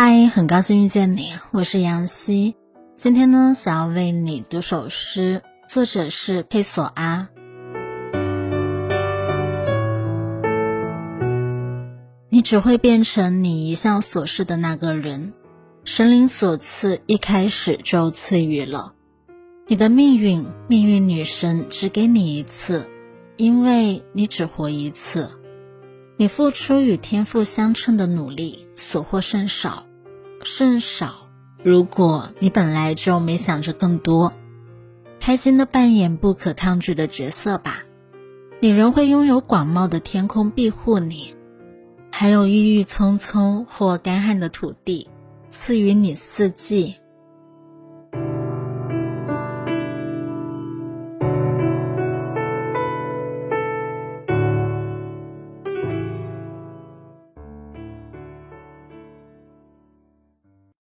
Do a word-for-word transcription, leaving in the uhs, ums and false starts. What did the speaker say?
嗨，很高兴遇见你，我是杨希。今天呢，想要为你读首诗，作者是佩索阿。你只会变成你一向所示的那个人，神灵所赐一开始就赐予了。你的命运，命运女神只给你一次，因为你只活一次。你付出与天赋相称的努力，所获甚少，甚少。如果你本来就没想着更多，开心的扮演不可抗拒的角色吧，你仍会拥有广袤的天空庇护你，还有郁郁葱葱或干旱的土地赐予你四季